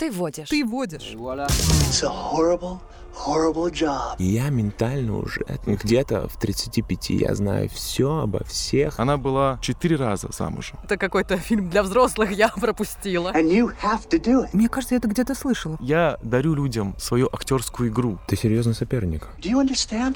Ты водишь. Ты водишь. It's a horrible, horrible job. Я ментально уже где-то в 35, я знаю все обо всех. Она была 4 раза замужем. Это какой-то фильм для взрослых, я пропустила. And you have to do it. Мне кажется, я это где-то слышала. Я дарю людям свою актерскую игру. Ты серьезный соперник. Do you understand?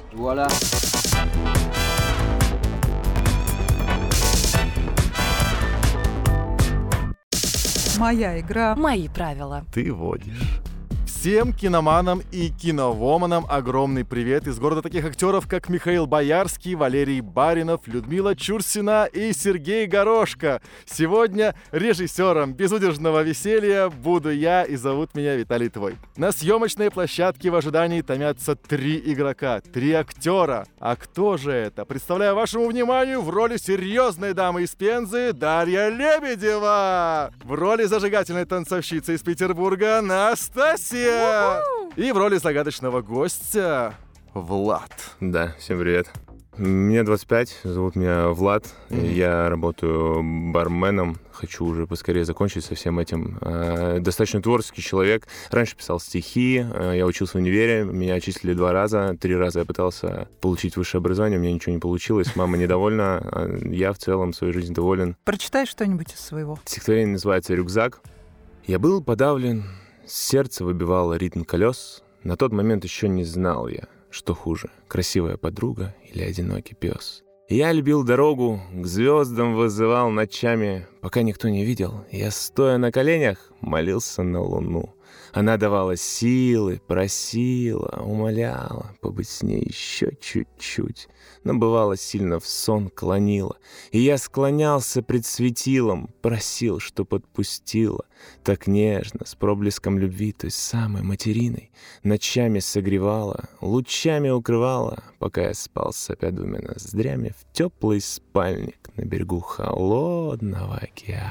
Моя игра. Мои правила. Ты водишь. Всем киноманам и киновоманам огромный привет из города таких актеров, как Михаил Боярский, Валерий Баринов, Людмила Чурсина и Сергей Горошко. Сегодня режиссером безудержного веселья буду я, и зовут меня Виталий Твой. На съемочной площадке в ожидании томятся 3 игрока, 3 актера. А кто же это? Представляю вашему вниманию в роли серьезной дамы из Пензы Дарья Лебедева. В роли зажигательной танцовщицы из Петербурга Настасья. И в роли загадочного гостя Влад. Да, всем привет. Мне 25, зовут меня Влад. Я работаю барменом. Хочу уже поскорее закончить со всем этим. Достаточно творческий человек. Раньше писал стихи, я учился в универе, меня отчислили 2 раза. 3 раза я пытался получить высшее образование, у меня ничего не получилось. Мама недовольна, я в целом своей жизнью доволен. Прочитай что-нибудь из своего. Стихотворение называется «Рюкзак». Я был подавлен, сердце выбивало ритм колес. На тот момент еще не знал я, что хуже, красивая подруга или одинокий пес. Я любил дорогу, к звездам вызывал ночами. Пока никто не видел, я, стоя на коленях, молился на луну. Она давала силы, просила, умоляла побыть с ней еще чуть-чуть. Но бывало сильно в сон клонила. И я склонялся пред светилом, просил, чтоб отпустила. Так нежно, с проблеском любви, той самой материной, ночами согревала, лучами укрывала, пока я спал, сопя 2 ноздрями, в теплый спальник на берегу холодного океана.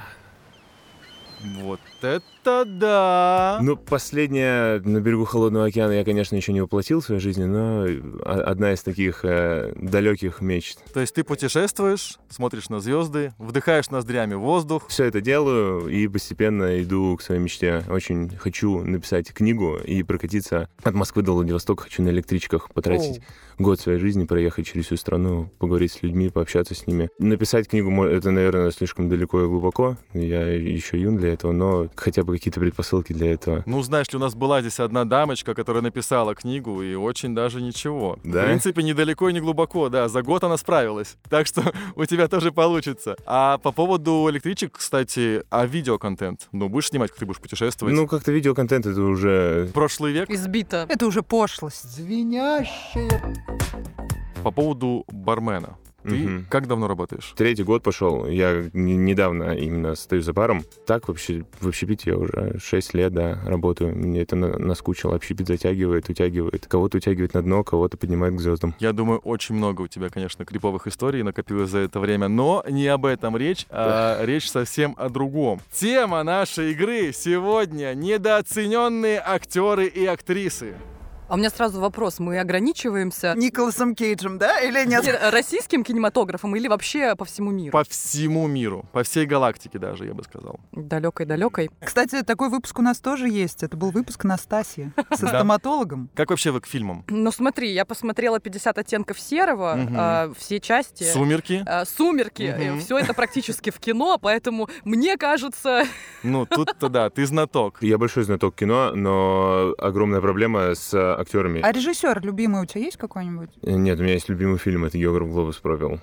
Вот это да! Ну, последнее на берегу холодного океана я, конечно, еще не воплотил в своей жизни, но одна из таких далеких мечт. То есть ты путешествуешь, смотришь на звезды, вдыхаешь ноздрями воздух. Все это делаю и постепенно иду к своей мечте. Очень хочу написать книгу и прокатиться от Москвы до Владивостока. Хочу на электричках потратить год своей жизни, проехать через всю страну, поговорить с людьми, пообщаться с ними. Написать книгу — это, наверное, слишком далеко и глубоко. Я еще юн для этого, но хотя бы какие-то предпосылки для этого. Ну, знаешь ли, у нас была здесь одна дамочка, которая написала книгу, и очень даже ничего. Да? В принципе, ни далеко и не глубоко, да. За год она справилась. Так что у тебя тоже получится. А по поводу электричек, кстати, видеоконтент? Ну, будешь снимать, как ты будешь путешествовать? Ну, как-то видеоконтент — это уже... Прошлый век? Избито. Это уже пошлость. Звенящая. По поводу бармена. Ты как давно работаешь? 3-й год пошел. Я недавно именно стою за баром. Так вообще в общепите я уже 6 лет, да, работаю. Мне это наскучило. Общепит затягивает, утягивает. Кого-то утягивает на дно, кого-то поднимает к звездам. Я думаю, очень много у тебя, конечно, криповых историй накопилось за это время, но не об этом речь, а речь совсем о другом. Тема нашей игры сегодня — недооцененные актеры и актрисы. А у меня сразу вопрос. Мы ограничиваемся Николасом Кейджем, да? Или нет? российским кинематографом или вообще по всему миру? По всему миру, по всей галактике даже, я бы сказал. Далекой-далекой. Кстати, такой выпуск у нас тоже есть. Это был выпуск Настасьи со стоматологом. Как вообще вы к фильмам? Ну смотри, я посмотрела 50 оттенков серого, все части. «Сумерки»? «Сумерки». Все это практически в кино, поэтому мне кажется... Ну, тут-то да, ты знаток. Я большой знаток кино, но огромная проблема с актерами. А режиссер любимый у тебя есть какой-нибудь? Нет, у меня есть любимый фильм, это «Географ Глобус пропил».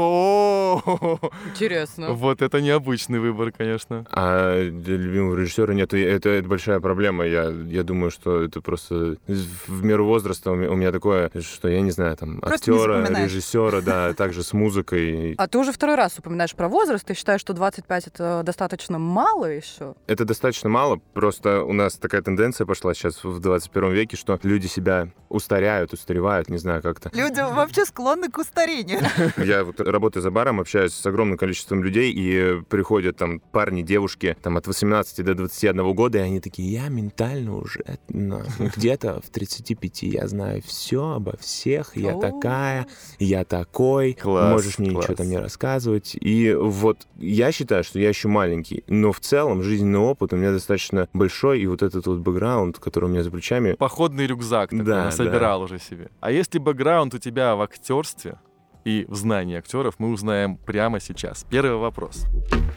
Интересно. Вот это необычный выбор, конечно. А любимого режиссера нет, это большая проблема. Я думаю, что это просто в меру возраста у меня такое, что я не знаю, там, Просто не актера, запоминаешь. режиссера, да, также с музыкой. А ты уже 2-й раз упоминаешь про возраст. Ты считаешь, что 25 — это достаточно мало еще? Это достаточно мало, просто у нас такая тенденция пошла сейчас в 21 веке, что люди люди себя устаревают, не знаю, как-то. Люди вообще склонны к устарению. Я вот работаю за баром, общаюсь с огромным количеством людей, и приходят там парни, девушки там от 18 до 21 года, и они такие: я ментально уже где-то в 35, я знаю все обо всех, я такая, я такой, Класс, можешь мне класс. ничего там не рассказывать. И вот я считаю, что я еще маленький, но в целом жизненный опыт у меня достаточно большой, и вот этот вот бэкграунд, который у меня за плечами. Походный рюкзак такой Да, собирал уже себе. А если бэкграунд у тебя в актерстве и в знании актеров, мы узнаем прямо сейчас. Первый вопрос.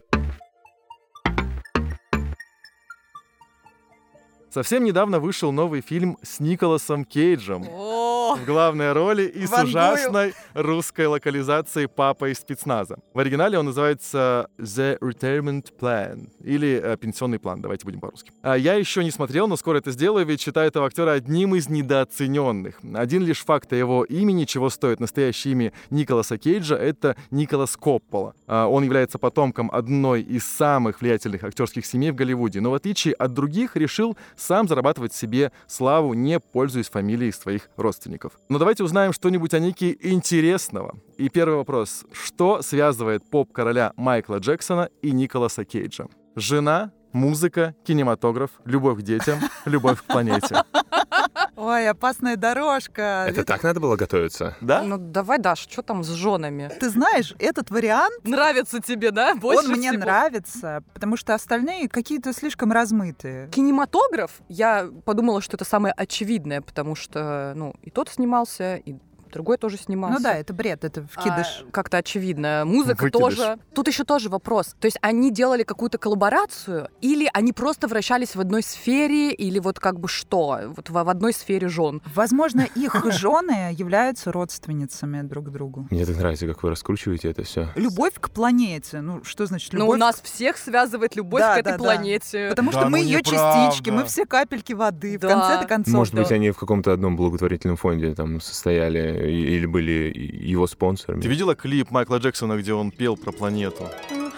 Совсем недавно вышел новый фильм с Николасом Кейджем в главной роли и с Вангую. ужасной русской локализацией «Папа из спецназа». В оригинале он называется «The Retirement Plan» или «Пенсионный план», давайте будем по-русски. Я еще не смотрел, но скоро это сделаю, ведь считаю этого актера одним из недооцененных. Один лишь факт о его имени, чего стоит настоящее имя Николаса Кейджа, это Николас Коппола. Он является потомком одной из самых влиятельных актерских семей в Голливуде, но в отличие от других решил сам зарабатывать себе славу, не пользуясь фамилией своих родственников. Но давайте узнаем что-нибудь о Нике интересного. И первый вопрос. Что связывает поп-короля Майкла Джексона и Николаса Кейджа? Жена, музыка, кинематограф, любовь к детям, любовь к планете. Ой, опасная дорожка. Это так надо было готовиться? Да? Ну давай, Даш, что там с женами? Ты знаешь, этот вариант, Нравится тебе, да? Больше он мне всего? нравится, потому что остальные какие-то слишком размытые. Кинематограф, я подумала, что это самое очевидное, потому что, и тот снимался, и другой тоже снимался. Ну да, это бред, это вкидыш. Как-то очевидно. Музыка Выкидыш. тоже. Тут еще тоже вопрос. То есть они делали какую-то коллаборацию, или они просто вращались в одной сфере, или вот как бы что? Вот в одной сфере жен. Возможно, их жены являются родственницами друг к другу. Мне так нравится, как вы раскручиваете это все. Любовь к планете. Ну, что значит Но любовь? у нас всех связывает любовь Да, к этой да, да. планете. Потому Да, что мы ну ее неправда. частички, мы все капельки воды. Да. В конце-то концов. Может быть, да. они в каком-то одном благотворительном фонде там состояли или были его спонсорами. Ты видела клип Майкла Джексона, где он пел про планету?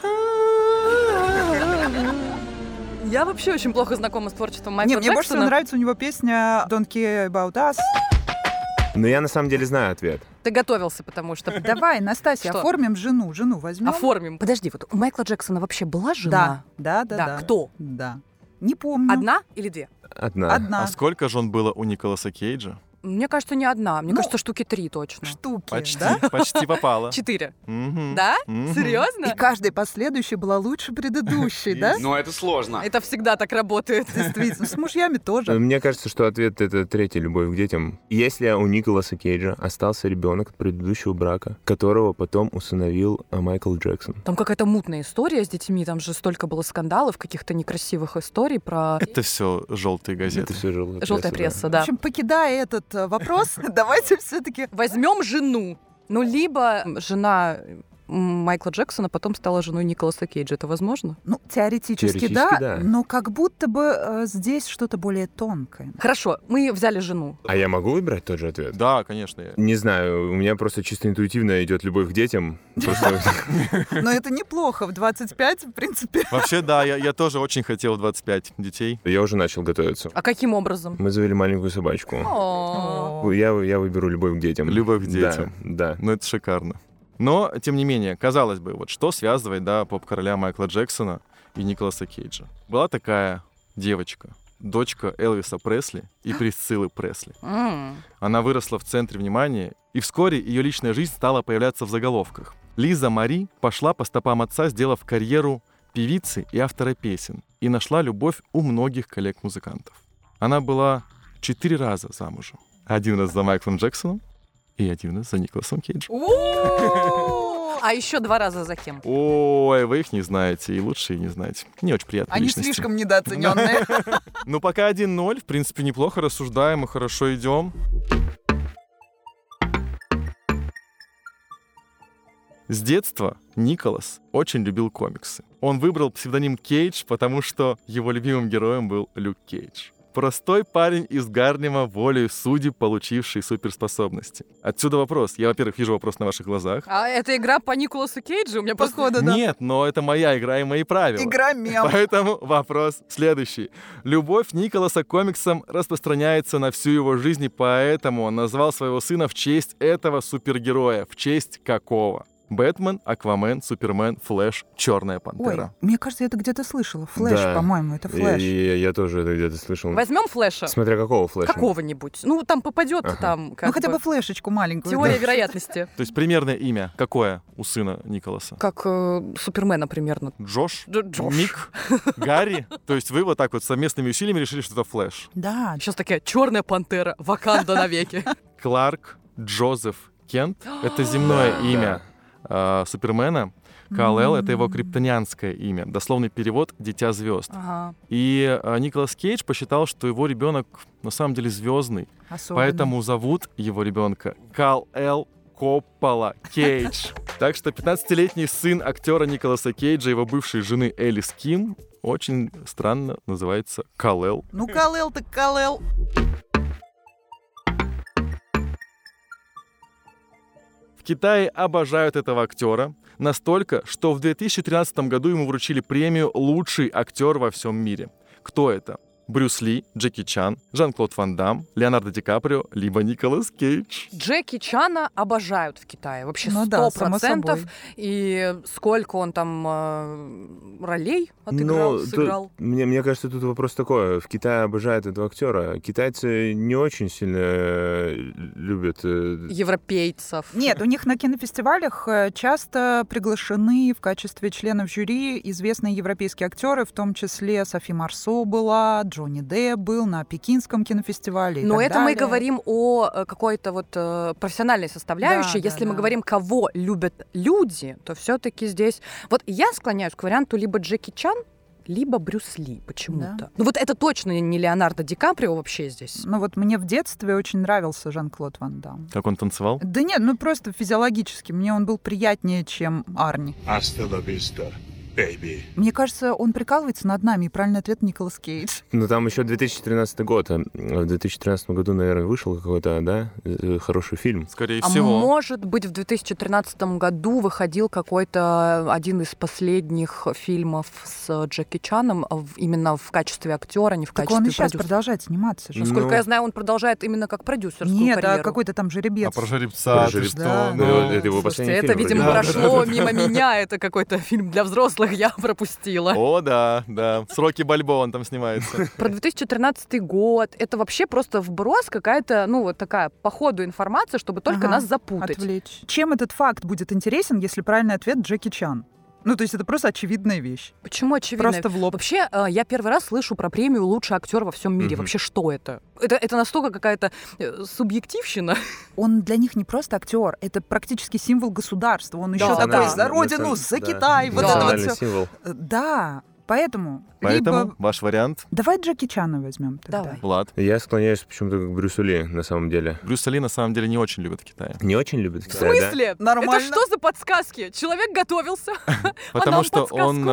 Я вообще очень плохо знакома с творчеством Майкла Не, мне больше всего Джексона. нравится у него песня «Don't care about us». Но я на самом деле знаю ответ. Ты готовился, потому что... Давай, Настасья, Что? оформим жену. Жену возьмем. Оформим. Подожди, вот у Майкла Джексона вообще была Да, жена? да. Кто? Да. Не помню. Одна или две? Одна. Одна. А сколько жен было у Николаса Кейджа? Мне кажется, не одна. Мне Ну, кажется, штуки 3 точно. Штуки, Почти, да? почти попала. 4. Мгм. Да? Мгм. Серьезно? И каждая последующая была лучше предыдущей, да? Но это сложно. Это всегда так работает. Действительно, с мужьями тоже. Мне кажется, что ответ — это третья любовь к детям. Если у Николаса Кейджа остался ребенок от предыдущего брака, которого потом усыновил Майкл Джексон. Там какая-то мутная история с детьми, там же столько было скандалов, каких-то некрасивых историй про Это все желтые газеты. Это все желтая пресса, В да. общем, покидая этот вопрос, давайте все-таки... Возьмем жену. Ну, либо жена Майкла Джексона потом стала женой Николаса Кейджа. Это возможно? Ну, теоретически Теоретически, да, да. но как будто бы здесь что-то более тонкое. Хорошо, мы взяли жену. А я могу выбрать тот же ответ? Да, конечно. Не знаю, у меня просто чисто интуитивно идет любовь к детям. Просто Но это неплохо. В 25, в принципе. Вообще, да, я тоже очень хотел 25 детей. я уже начал готовиться. А каким образом? Мы завели маленькую собачку. О, Я выберу любовь к детям. Любовь к детям. Да. Ну, это шикарно. Но, тем не менее, казалось бы, вот что связывает, да, поп-короля Майкла Джексона и Николаса Кейджа? Была такая девочка, дочка Элвиса Пресли и Присциллы Пресли. Она выросла в центре внимания, и вскоре ее личная жизнь стала появляться в заголовках. Лиза Мари пошла по стопам отца, сделав карьеру певицы и автора песен, и нашла любовь у многих коллег-музыкантов. Она была 4 раза замужем. 1 раз за Майклом Джексоном и 1 раз за Николасом Кейджем. А еще 2 раза за кем? Ой, вы их не знаете, и лучше и не знаете. Не очень приятные Они личности. слишком недооцененные. Ну, пока 1-0, в принципе, неплохо рассуждаем и хорошо идем. С детства Николас очень любил комиксы. Он выбрал псевдоним Кейдж, потому что его любимым героем был Люк Кейдж. Простой парень из Гарлема, волею судеб, получивший суперспособности. Отсюда вопрос. Я, во-первых, вижу вопрос на ваших глазах. А это игра по Николасу Кейджу? У меня просто... Походу, да. Нет, но это моя игра и мои правила. Игра мем. Поэтому вопрос следующий. Любовь Николаса к комиксам распространяется на всю его жизнь, и поэтому он назвал своего сына в честь этого супергероя. В честь какого? Бэтмен, Аквамен, Супермен, Флэш, Черная Ой, пантера. мне кажется, я это где-то слышала. Флэш, Да. по-моему, это Флэш. Я тоже это где-то слышал. Возьмем Флэша. Смотря какого Флэша. Какого-нибудь. Ну, там попадет, Ага. там как Ну, хотя бы бы флешечку маленькую. теория да. вероятности. То есть примерное имя какое у сына Николаса? Как Супермена примерно. Джош? Джош. Ник? Гарри? То есть вы вот так вот совместными усилиями решили, что это Флэш. Да. Сейчас такая черная пантера, Ваканда навеки. Кларк Джозеф Кент — это земное Да, имя Супермена. Кал-Эл — это его криптонианское имя. Дословный перевод — «Дитя звезд». Ага. И Николас Кейдж посчитал, что его ребенок на самом деле звездный, Особенно. поэтому зовут его ребенка Кал-Эл Коппола Кейдж. Так что 15-летний сын актера Николаса Кейджа и его бывшей жены Элис Ким очень странно называется Кал-Эл. Ну, Кал-Эл так Кал-Эл. В Китае обожают этого актера настолько, что в 2013 году ему вручили премию «Лучший актер во всем мире». Кто это? Брюс Ли, Джеки Чан, Жан-Клод Ван Дам, Леонардо Ди Каприо, либо Николас Кейдж. Джеки Чана обожают в Китае. Вообще 100%. Ну да, само собой. И сколько он там ролей отыграл, сыграл. Мне кажется, тут вопрос такой. В Китае обожают этого актера. Китайцы не очень сильно любят... Европейцев. Нет, у них на кинофестивалях часто приглашены в качестве членов жюри известные европейские актеры, в том числе Софи Марсо была, Джонни Депп был на Пекинском кинофестивале. Но так это мы далее. говорим о какой-то вот профессиональной составляющей. Да, Если мы да. говорим, кого любят люди, то все-таки здесь... Вот я склоняюсь к варианту либо Джеки Чан, либо Брюс Ли почему-то. Да. Ну вот это точно не Леонардо Ди Каприо вообще здесь. Ну вот мне в детстве очень нравился Жан-Клод Ван Дам. Как он танцевал? Да нет, ну просто физиологически. Мне он был приятнее, чем Арни. Hasta la vista, baby. Мне кажется, он прикалывается над нами, и правильный ответ Николас Кейдж. Ну, там еще 2013 год. В 2013 году, наверное, вышел какой-то, да, хороший фильм. Скорее А всего. может быть, в 2013 году выходил какой-то один из последних фильмов с Джеки Чаном именно в качестве актера, не в Так качестве он и сейчас продюсера. продолжает сниматься же. Насколько Ну. я знаю, он продолжает именно как продюсерскую Нет, карьеру. а какой-то там жеребец. А про жеребца Про ты жеребца, что? да. Ну, Это его Слушайте, последний это, фильм видимо, вроде. прошло мимо меня. Это какой-то фильм для взрослых, я пропустила. О, да, да. Сроки Бальбоа он там снимается. Про 2013 год. Это вообще просто вброс, какая-то, ну, вот такая по ходу информация, чтобы только Ага, нас запутать. Отвлечь. Чем этот факт будет интересен, если правильный ответ Джеки Чан? Ну, то есть это просто очевидная вещь. Почему очевидно? Просто в лоб. Вообще, я первый раз слышу про премию «Лучший актер во всем мире». Мгм. Вообще, что это? Это настолько какая-то субъективщина. Он для них не просто актер, это практически символ государства. Он еще Да, такой да. за родину, за Да. Китай, вот Да. это вот Национальный все. символ. Да, поэтому Поэтому либо ваш вариант, давай Джеки Чана возьмем тогда. Давай. Влад. Я склоняюсь почему-то к Брюсу Ли, на самом деле. Брюса Ли на самом деле не очень любят в Китае. Не очень любит В Китай, да? смысле? Нормально. Это что за подсказки? Человек готовился. Потому нам что подсказку. он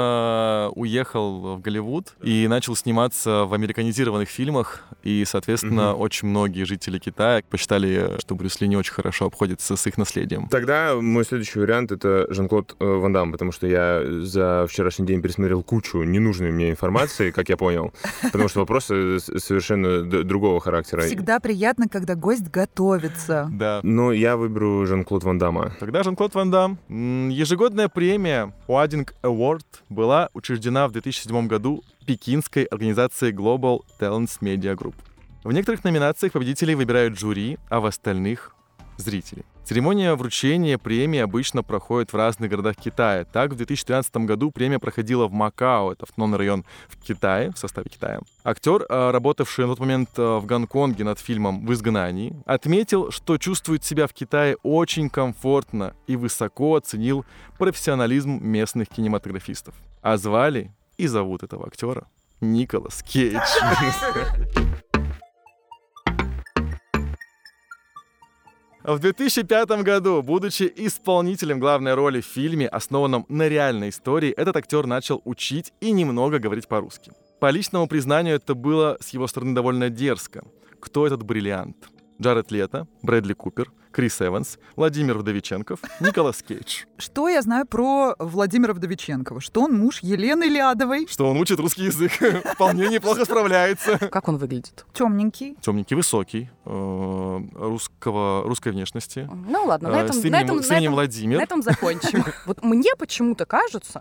уехал в Голливуд и начал сниматься в американизированных фильмах. И, соответственно, Мгм. очень многие жители Китая посчитали, что Брюс Ли не очень хорошо обходится с их наследием. Тогда мой следующий вариант — это Жан-Клод Ван Дам, потому что я за вчерашний день пересмотрел кучу ненужной мне информации, как я понял, потому что вопросы совершенно другого характера. Всегда приятно, когда гость готовится. Да. Но я выберу Жан-Клод Ван Дамма. Тогда Жан-Клод Ван Дам. Ежегодная премия Huading Award была учреждена в 2007 году пекинской организацией Global Talents Media Group. В некоторых номинациях победителей выбирают жюри, а в остальных — зрители. Церемония вручения премии обычно проходит в разных городах Китая. Так, в 2013 году премия проходила в Макао, это автономный район в Китае, в составе Китая. Актер, работавший на тот момент в Гонконге над фильмом «В изгнании», отметил, что чувствует себя в Китае очень комфортно и высоко оценил профессионализм местных кинематографистов. А звали и зовут этого актера Николас Кейдж. В 2005 году, будучи исполнителем главной роли в фильме, основанном на реальной истории, этот актер начал учить и немного говорить по-русски. По личному признанию, это было с его стороны довольно дерзко. Кто этот бриллиант? Джаред Лето, Брэдли Купер, Крис Эванс, Владимир Вдовиченков, Николас Кейдж. Что я знаю про Владимира Вдовиченкова? Что он муж Елены Лядовой. Что он учит русский язык, вполне неплохо справляется. Как он выглядит? Темненький. Темненький, высокий, русской внешности. Ну ладно, на С именем Владимир. на этом закончим. Вот мне почему-то кажется,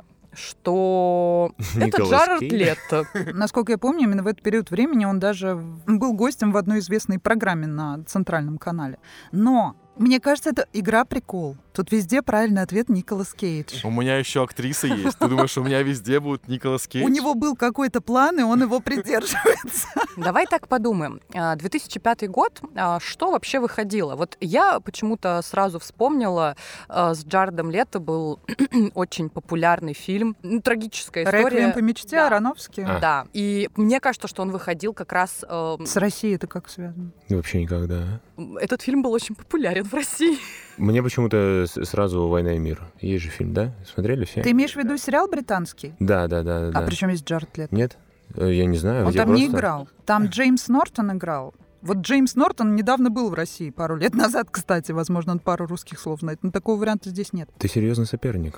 что это Николас Джаред Кейдж. Лето. Насколько я помню, именно в этот период времени он даже был гостем в одной известной программе на Центральном канале. Но мне кажется, это игра-прикол. Тут везде правильный ответ Николас Кейдж. У меня еще актриса есть. Ты думаешь, у меня везде будет Николас Кейдж? У него был какой-то план, и он его придерживается. Давай так подумаем. 2005 год, что вообще выходило? Вот я почему-то сразу вспомнила, с Джаредом Лето был очень популярный фильм, трагическая история. «Реквием по мечте» Да. Аронофски. Да, и мне кажется, что он выходил как раз... С Россией это как связано? Вообще никогда. Этот фильм был очень популярен в России. Мне почему-то сразу «Война и мир». Есть же фильм, да? Смотрели все? Ты имеешь в виду сериал британский? Да. А при чем есть Джаред Лето? Нет? Я не знаю. Он где там не просто- играл. Там Джеймс Нортон играл. Вот Джеймс Нортон недавно был в России, пару лет назад, кстати. Возможно, он пару русских слов знает. Но такого варианта здесь нет. Ты серьезный соперник.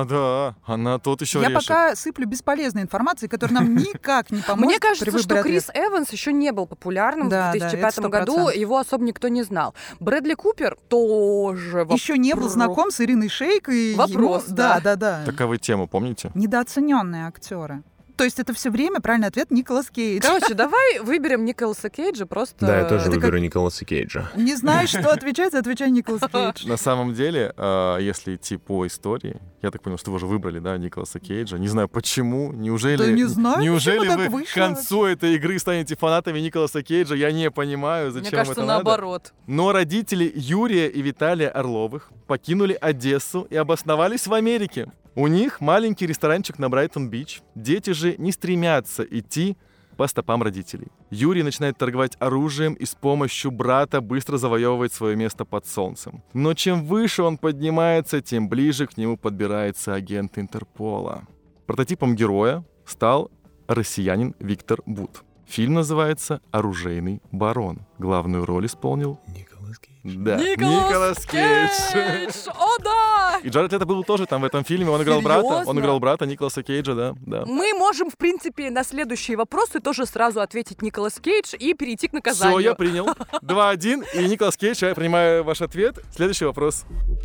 Она тот еще Я решит. пока сыплю бесполезной информацией, которая нам никак не поможет Мне при кажется, выборе что Крис ответа. Эванс еще не был популярным Да, в да, 2005 это 100%. году, его особо никто не знал. Брэдли Купер тоже Еще не был знаком с Ириной Шейк. И Вопрос, ему... да. Да. Таковы темы, помните? Недооцененные актеры. То есть это все время правильный ответ Николас Кейдж. Короче, давай выберем Николаса Кейджа просто... Да, я тоже Это выберу Николаса Кейджа. Не знаешь, что отвечать, отвечай Николас Кейдж. На самом деле, если идти по истории, я так понял, что вы уже выбрали, да, Николаса Кейджа. Не знаю, почему. Неужели, Да не знаю, неужели почему вы так к вышло. концу этой игры станете фанатами Николаса Кейджа? Я не понимаю, зачем Мне кажется, это надо. наоборот. Но родители Юрия и Виталия Орловых покинули Одессу и обосновались в Америке. У них маленький ресторанчик на Брайтон-Бич. Дети же не стремятся идти по стопам родителей. Юрий начинает торговать оружием и с помощью брата быстро завоевывает свое место под солнцем. Но чем выше он поднимается, тем ближе к нему подбирается агент Интерпола. Прототипом героя стал россиянин Виктор Бут. Фильм называется «Оружейный барон». Главную роль исполнил... Николас Кейдж. Да, Николас Кейдж. О, да! И Джаред Лето был тоже там в этом фильме. Он играл брата. Серьезно? Он играл брата Николаса Кейджа, да. Мы можем, в принципе, на следующие вопросы тоже сразу ответить Николас Кейдж и перейти к наказанию. Все, я принял. 2-1. И Николас Кейдж, я принимаю ваш ответ. Следующий вопрос.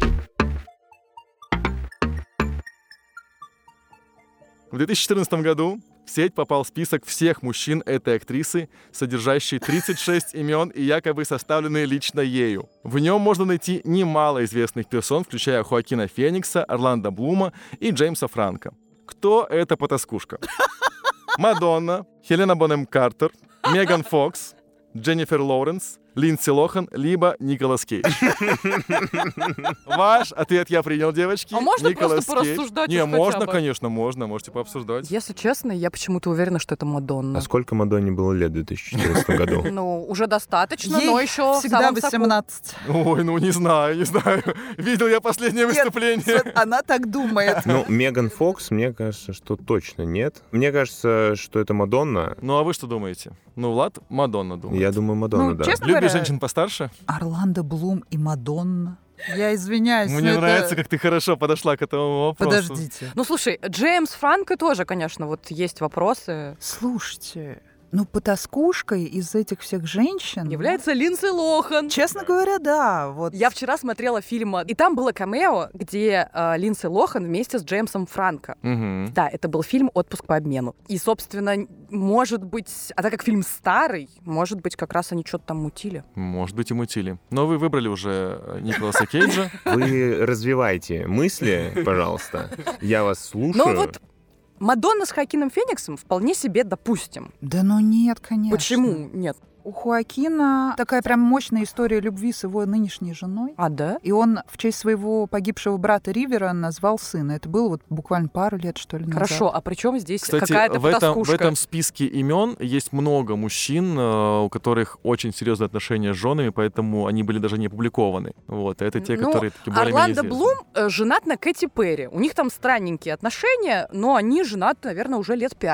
В 2014 году в сеть попал список всех мужчин этой актрисы, содержащий 36 имен и якобы составленные лично ею. В нем можно найти немало известных персон, включая Хоакина Феникса, Орландо Блума и Джеймса Франко. Кто эта потаскушка? Мадонна, Хелена Бонем Картер, Меган Фокс, Дженнифер Лоуренс, Линдси Лохан, либо Николас Кейдж. Ваш ответ я принял, девочки. А можно Николас просто Кейдж. порассуждать Не, уж хотя можно, бы? конечно, можно. Можете пообсуждать. Если честно, я почему-то уверена, что это Мадонна. А сколько Мадонне было лет в 2014 году? Ну, уже достаточно, Ей но еще в всегда самом соку. 18. Ой, ну не знаю. Видел я последнее Нет, выступление. она так думает. Ну, Меган Фокс, мне кажется, что точно нет. Мне кажется, что это Мадонна. Ну а вы что думаете? Ну, Влад, Мадонна думает. Я думаю, Мадонна, Ну, да. честно Любишь говоря, женщин постарше? Орландо Блум и Мадонна. Я извиняюсь, но Мне это- нравится, как ты хорошо подошла к этому вопросу. Подождите. Ну, слушай, Джеймс Франко тоже, конечно, вот есть вопросы. Слушайте, ну потаскушкой из этих всех женщин... Является Линдси Лохан. Честно говоря, да. Вот. Я вчера смотрела фильм, и там было камео, где Линдси Лохан вместе с Джеймсом Франко. Мгм. Да, это был фильм «Отпуск по обмену». И, собственно, может быть, а так как фильм старый, может быть, как раз они что-то там мутили. Может быть, и мутили. Но вы выбрали уже Николаса Кейджа. Вы развивайте мысли, пожалуйста. Я вас слушаю. Ну вот Мадонна с Хоакином Фениксом вполне себе допустим. Да ну нет, конечно. Почему нет? У Хоакина такая прям мощная история любви с его нынешней женой. А, да? И он в честь своего погибшего брата Ривера назвал сына. Это было вот буквально пару лет, что ли, назад. Хорошо, а при чем здесь Кстати, какая-то в потаскушка? этом списке имен есть много мужчин, у которых очень серьезные отношения с женами, поэтому они были даже не опубликованы. Вот, это те, Ну, которые такие более-менее Орландо известны. Блум женат на Кэти Перри. У них там странненькие отношения, но они женаты, наверное, уже лет 5.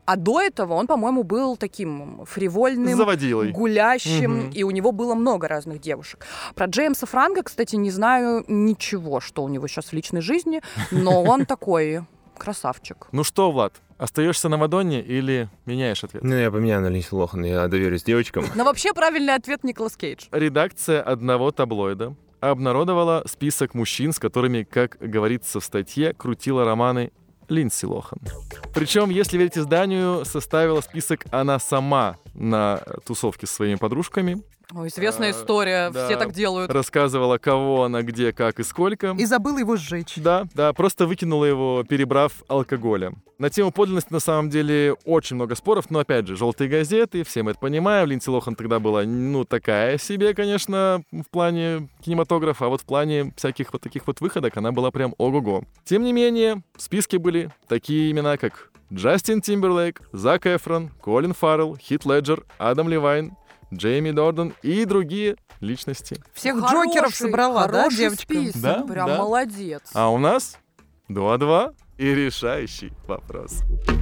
А до этого он, по-моему, был таким фривольным, Заводилой. гулящим, и у него было много разных девушек. Про Джеймса Франко, кстати, не знаю ничего, что у него сейчас в личной жизни, но он такой красавчик. Ну что, Влад, остаешься на Мадонне или меняешь ответ? Ну, я поменяю на Линдси Лохан, я доверюсь девочкам. Но вообще правильный ответ Николас Кейдж. Редакция одного таблоида обнародовала список мужчин, с которыми, как говорится в статье, крутила романы Линдси Лохан. Причем, если верить изданию, составила список она сама на тусовке со своими подружками. Ой, известная история, да. все так делают. Рассказывала, кого она, где, как и сколько. И забыла его сжечь. Да, просто выкинула его, перебрав алкоголем. На тему подлинности, на самом деле, очень много споров, но, опять же, желтые газеты, все мы это понимаем. Линдси Лохан тогда была, такая себе, конечно, в плане кинематографа, а вот в плане всяких вот таких вот выходок она была прям ого-го. Тем не менее, в списке были такие имена, как Джастин Тимберлейк, Зак Эфрон, Колин Фаррелл, Хит Леджер, Адам Левайн, Джейми Дордан и другие личности. Всех джокеров собрала, да, девочка? Список, Да, прям да. молодец. А у нас 2-2 и решающий вопрос.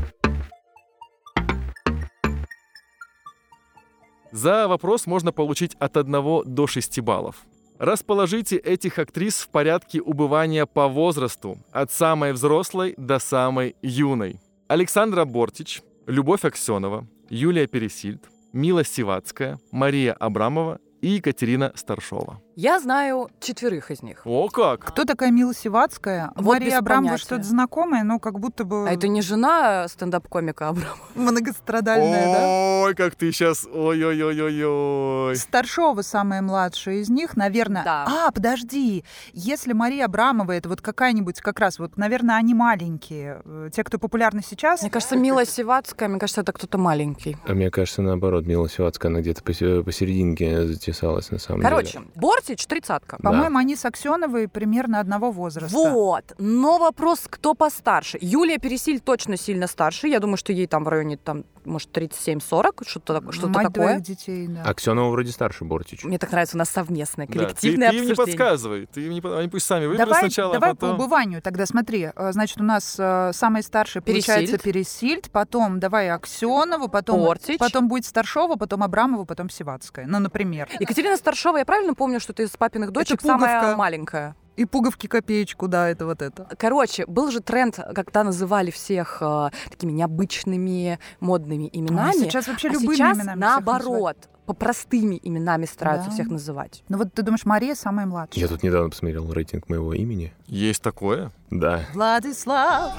За вопрос можно получить от 1 до 6 баллов. Расположите этих актрис в порядке убывания по возрасту, от самой взрослой до самой юной. Александра Бортич, Любовь Аксенова, Юлия Пересильд, Мила Сивацкая, Мария Абрамова и Екатерина Старшова. Я знаю 4 из них. О как! Кто такая Мила Сивацкая? Вот без Мария Абрамова понятия. что-то знакомое, но как будто бы А это не жена стендап-комика Абрамова? многострадальная, да? Ой, как ты сейчас... Ой-ой-ой-ой-ой. Старшова самая младшая из них, наверное. Да. Подожди. Если Мария Абрамова, это вот какая-нибудь как раз, вот, наверное, они маленькие. Те, кто популярны сейчас. Мне кажется, Мила Сивацкая, мне кажется, это кто-то маленький. А мне кажется, наоборот, Мила Сивацкая, она где-то посерединке затесалась, на самом Короче, деле. Бортич 30-ка. По-моему, они с Аксеновой примерно одного возраста. Вот. Но вопрос, кто постарше. Юлия Пересильд точно сильно старше. Я думаю, что ей там в районе, может, 37-40, что-то Мать такое. двоих детей, да. Аксенова вроде старше Бортич. Мне так нравится, у нас совместное, Да, коллективное ты им не обсуждение. подсказывай, они пусть сами выберут Давай сначала, а по потом... убыванию тогда, смотри. Значит, у нас самая старшая получается Пересильд, потом давай Аксенову, Бортич. потом будет Старшова, потом Абрамова, потом Сивацкая. Ну, например. Екатерина Старшова, я правильно помню, что ты из папиных дочек пуговка. самая маленькая? И пуговки копеечку, да, это вот это. Короче, был же тренд, когда называли всех такими необычными модными именами. Сейчас вообще а любыми сейчас, именами всех наоборот, по простыми именами стараются Да. всех называть. Ну вот ты думаешь, Мария самая младшая? Я тут недавно посмотрел рейтинг моего имени. Есть такое? Да. Владислав,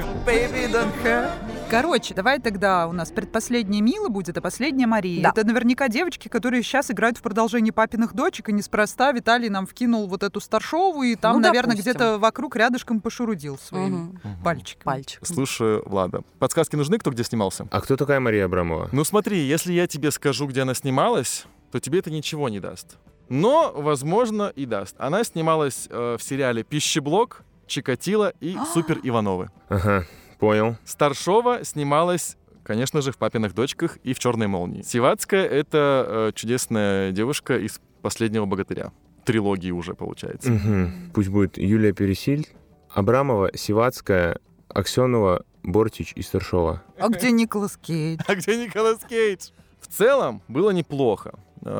baby don't hurt. Короче, давай тогда у нас предпоследняя Мила будет, а последняя Мария. Да. Это наверняка девочки, которые сейчас играют в продолжении папиных дочек, и неспроста Виталий нам вкинул вот эту Старшову, и там, Ну, наверное, допустим. где-то вокруг рядышком пошурудил своим Мгм. пальчиком. Пальчик. Слушаю, Влада. Подсказки нужны, кто где снимался? А кто такая Мария Абрамова? Ну смотри, если я тебе скажу, где она снималась, то тебе это ничего не даст. Но, возможно, и даст. Она снималась в сериале «Пищеблок», «Чикатило» и «Супер Ивановы». Ага, понял. Старшова снималась, конечно же, в «Папиных дочках» и в «Черной молнии». Сивацкая — это чудесная девушка из «Последнего богатыря». Трилогии уже, получается. Угу. Пусть будет Юлия Пересильд, Абрамова, Сивацкая, Аксенова, Бортич и Старшова. А где Николас Кейдж? А где Николас Кейдж? В целом было неплохо.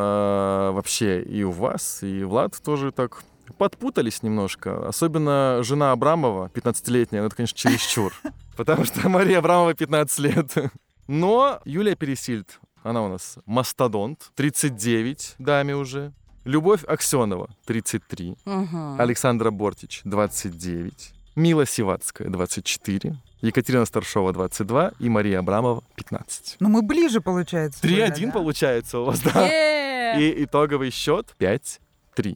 Вообще и у вас, и Влад тоже так подпутались немножко. Особенно жена Абрамова, 15-летняя, ну это, конечно, чересчур. Потому что Мария Абрамова 15 лет. Но Юлия Пересильд, она у нас мастодонт, 39 даме уже. Любовь Аксенова, 33. Мгм. Александра Бортич, 29. Мила Сивацкая, 24. Екатерина Старшова, 22. И Мария Абрамова, 15. Ну, мы ближе, получается. 3-1 да? получается у вас, да? Е-е-е! И итоговый счет 5-3.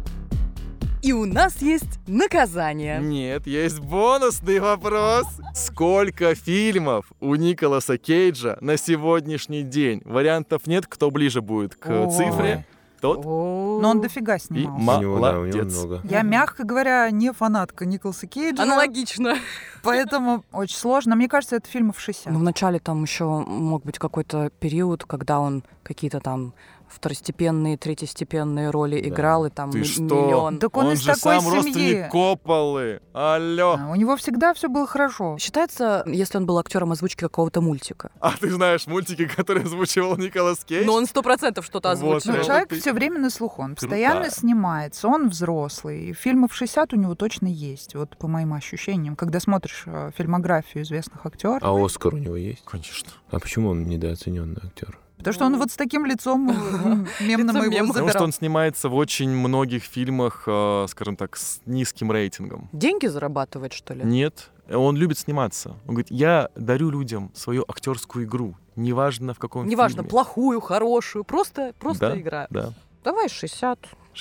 И у нас есть наказание. Нет, есть бонусный вопрос. Сколько фильмов у Николаса Кейджа на сегодняшний день? Вариантов нет, кто ближе будет к Ой. цифре, тот О. Но он дофига и снимался. У него, да, у него молодец. много. Я, мягко говоря, не фанатка Николаса Кейджа. Аналогично. Поэтому очень сложно. Мне кажется, это фильмов 60. Ну, вначале там еще мог быть какой-то период, когда он какие-то там второстепенные, третьестепенные роли играл, и там Ты что? миллион. Так он Он из же такой сам родственник семьи. Копполы. Алло. У него всегда все было хорошо. Считается, если он был актером озвучки какого-то мультика. А ты знаешь мультики, которые озвучивал Николас Кейдж? Но он 100% что-то Вот, озвучил. Но это человек ты- все время на слуху, он постоянно снимается, он взрослый. И фильмов 60 у него точно есть, вот по моим ощущениям. Когда смотришь фильмографию известных актеров, А Оскар у него есть? Конечно. А почему он недооцененный актер? потому что он вот с таким лицом мемно мы его мема. Потому что забирал. он снимается в очень многих фильмах, скажем так, с низким рейтингом. Деньги зарабатывает, что ли? Нет, он любит сниматься. Он говорит, я дарю людям свою актерскую игру, неважно в каком Неважно, фильме. плохую, хорошую, просто Да, игра. Да. Давай 60.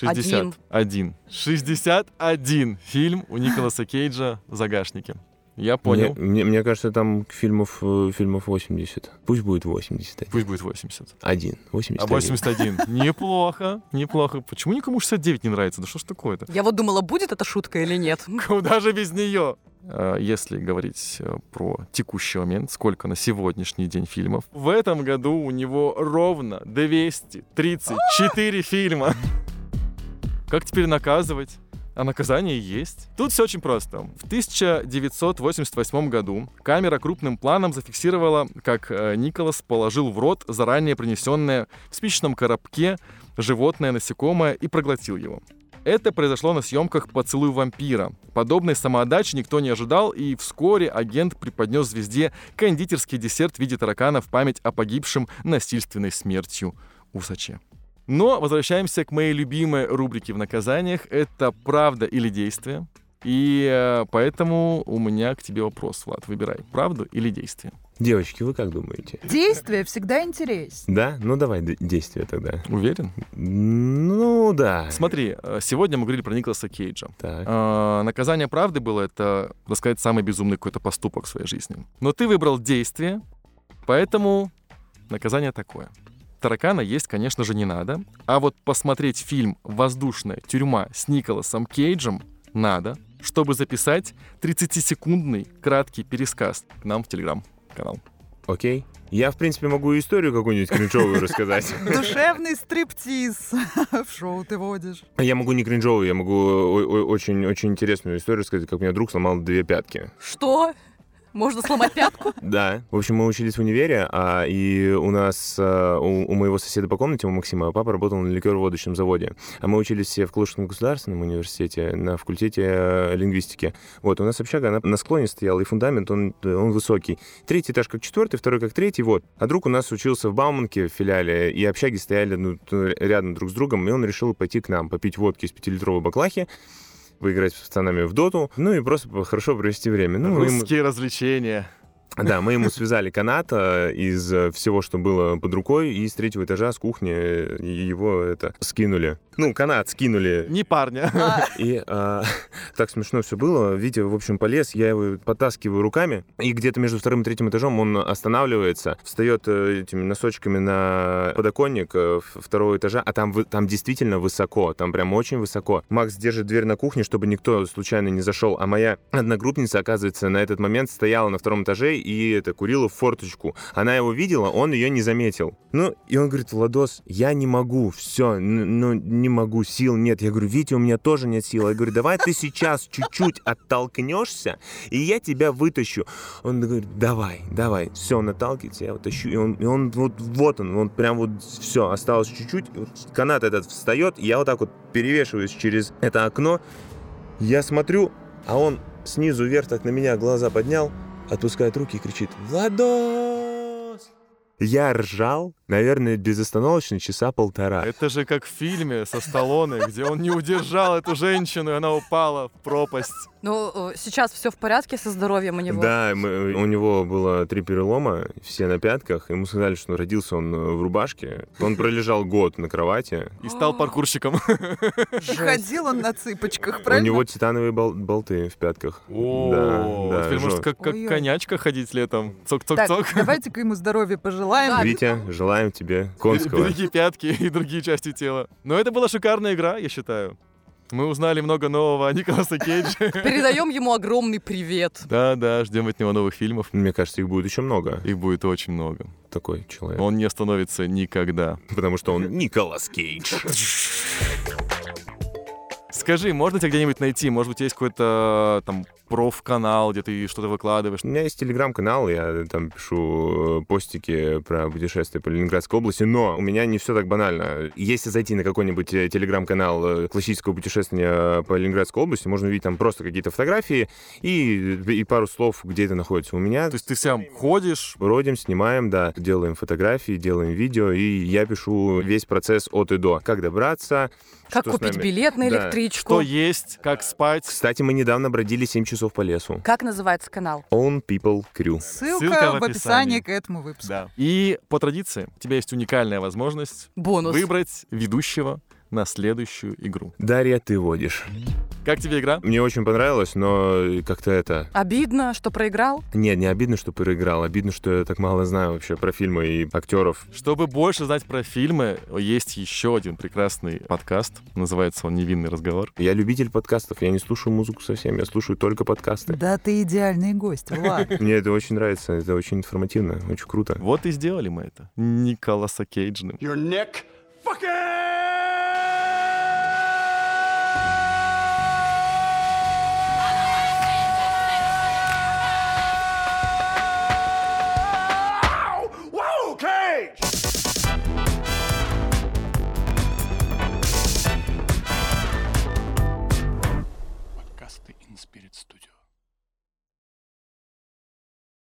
61. 61 фильм у Николаса Кейджа в загашнике. Я понял. Мне кажется, там фильмов 80. Пусть будет 80. Пусть будет 80. 81. А 81. Неплохо, неплохо. Почему никому 69 не нравится? Да что ж такое-то? Я вот думала, будет эта шутка или нет. Куда же без нее? Если говорить про текущий момент, сколько на сегодняшний день фильмов, в этом году у него ровно 234 фильма. Как теперь наказывать? А наказание есть. Тут все очень просто. В 1988 году камера крупным планом зафиксировала, как Николас положил в рот заранее принесенное в спичечном коробке животное насекомое и проглотил его. Это произошло на съемках «Поцелуй вампира». Подобной самоотдачи никто не ожидал, и вскоре агент преподнес звезде кондитерский десерт в виде таракана в память о погибшем насильственной смертью усаче. Но возвращаемся к моей любимой рубрике в наказаниях. Это правда или действие. И поэтому у меня к тебе вопрос, Влад. Выбирай, правду или действие. Девочки, вы как думаете? Действие всегда интереснее. Да? Ну давай действие тогда. Уверен? Ну да. Смотри, сегодня мы говорили про Николаса Кейджа. Так. Наказание правды было это, так сказать, самый безумный какой-то поступок в своей жизни. Но ты выбрал действие, поэтому наказание такое. Таракана есть, конечно же, не надо. А вот посмотреть фильм «Воздушная тюрьма» с Николасом Кейджем надо, чтобы записать 30-секундный краткий пересказ к нам в Телеграм-канал. Окей. Я, в принципе, могу историю какую-нибудь кринжовую рассказать. Душевный стриптиз в шоу ты водишь. Я могу не кринжовую, я могу очень интересную историю рассказать, как у меня друг сломал 2 пятки. Что? Можно сломать пятку? Да. В общем, мы учились в универе, и у нас, у моего соседа по комнате, у Максима, папа работал на ликероводочном заводе. А мы учились все в Калужском государственном университете на факультете лингвистики. Вот, у нас общага, она на склоне стояла, и фундамент, он высокий. 3-й этаж как 4-й, 2-й как 3-й, вот. А друг у нас учился в Бауманке, в филиале, и общаги стояли рядом друг с другом, и он решил пойти к нам, попить водки из 5-литровой баклахи, поиграть с пацанами в доту, ну и просто хорошо провести время. Ну, Русские развлечения. Да, мы ему связали канат из всего, что было под рукой, и с 3-го этажа, с кухни его скинули. Ну, канат скинули. Не парня. И так смешно все было. Витя, в общем, полез, я его подтаскиваю руками, и где-то между 2-м и 3-м этажом он останавливается, встает этими носочками на подоконник 2-го этажа, а там действительно высоко, там прям очень высоко. Макс держит дверь на кухне, чтобы никто случайно не зашел, а моя одногруппница, оказывается, на этот момент стояла на 2-м этаже и курила в форточку. Она его видела, он ее не заметил. Ну, и он говорит: Владос, я не могу, все, ну, не могу, сил нет. Я говорю: Витя, у меня тоже нет сил. Я говорю: давай ты сейчас чуть-чуть оттолкнешься, и я тебя вытащу. Он говорит: давай, все, он отталкивается, я его тащу, и он вот он прям вот все, осталось чуть-чуть, вот канат этот встает, и я вот так вот перевешиваюсь через это окно, я смотрю, а он снизу вверх так на меня глаза поднял, отпускает руки и кричит: Владос! Я ржал, наверное, безостановочно 1.5 часа. Это же как в фильме со Сталлоне, где он не удержал эту женщину, и она упала в пропасть. Ну, сейчас все в порядке со здоровьем у него? Да, у него было 3 перелома, все на пятках. Ему сказали, что родился он в рубашке. Он пролежал год на кровати. И стал паркурщиком. Ходил он на цыпочках, У правильно? него титановые болты в пятках. О, теперь может как Ой-ой. конячка ходить летом. Так, Цок-цок-цок. давайте-ка ему здоровья пожелаем. Да. Витя, желаем тебе конского. Береги пятки и другие части тела. Но это была шикарная игра, я считаю. Мы узнали много нового о Николасе Кейдже. Передаем ему огромный привет. Да, ждем от него новых фильмов. Мне кажется, их будет еще много. Их будет очень много. Такой человек. Он не остановится никогда. Потому что он Николас Кейдж. Скажи, можно тебя где-нибудь найти? Может быть, есть какой-то там проф-канал, где ты что-то выкладываешь? У меня есть телеграм-канал, я там пишу постики про путешествия по Ленинградской области, но у меня не все так банально. Если зайти на какой-нибудь телеграм-канал классического путешествия по Ленинградской области, можно увидеть там просто какие-то фотографии и пару слов, где это находится. У меня... То есть ты сам ходишь? Бродим, снимаем, да, делаем фотографии, делаем видео, и я пишу весь процесс от и до. Как добраться, как купить билет на электричку. Что есть, как спать. Кстати, мы недавно бродили 7 часов по лесу. Как называется канал? Own People Crew. Ссылка в описании к этому выпуску. Да. И по традиции у тебя есть уникальная возможность выбрать ведущего на следующую игру. Дарья, ты водишь. Как тебе игра? Мне очень понравилось, но как-то это... Обидно, что проиграл? Нет, не обидно, что проиграл. Обидно, что я так мало знаю вообще про фильмы и актеров. Чтобы больше знать про фильмы, есть еще один прекрасный подкаст. Называется он «Невинный разговор». Я любитель подкастов. Я не слушаю музыку совсем. Я слушаю только подкасты. Да ты идеальный гость, Влад. Мне это очень нравится. Это очень информативно. Очень круто. Вот и сделали мы это. Николаса Кейджным. You're Nick fucking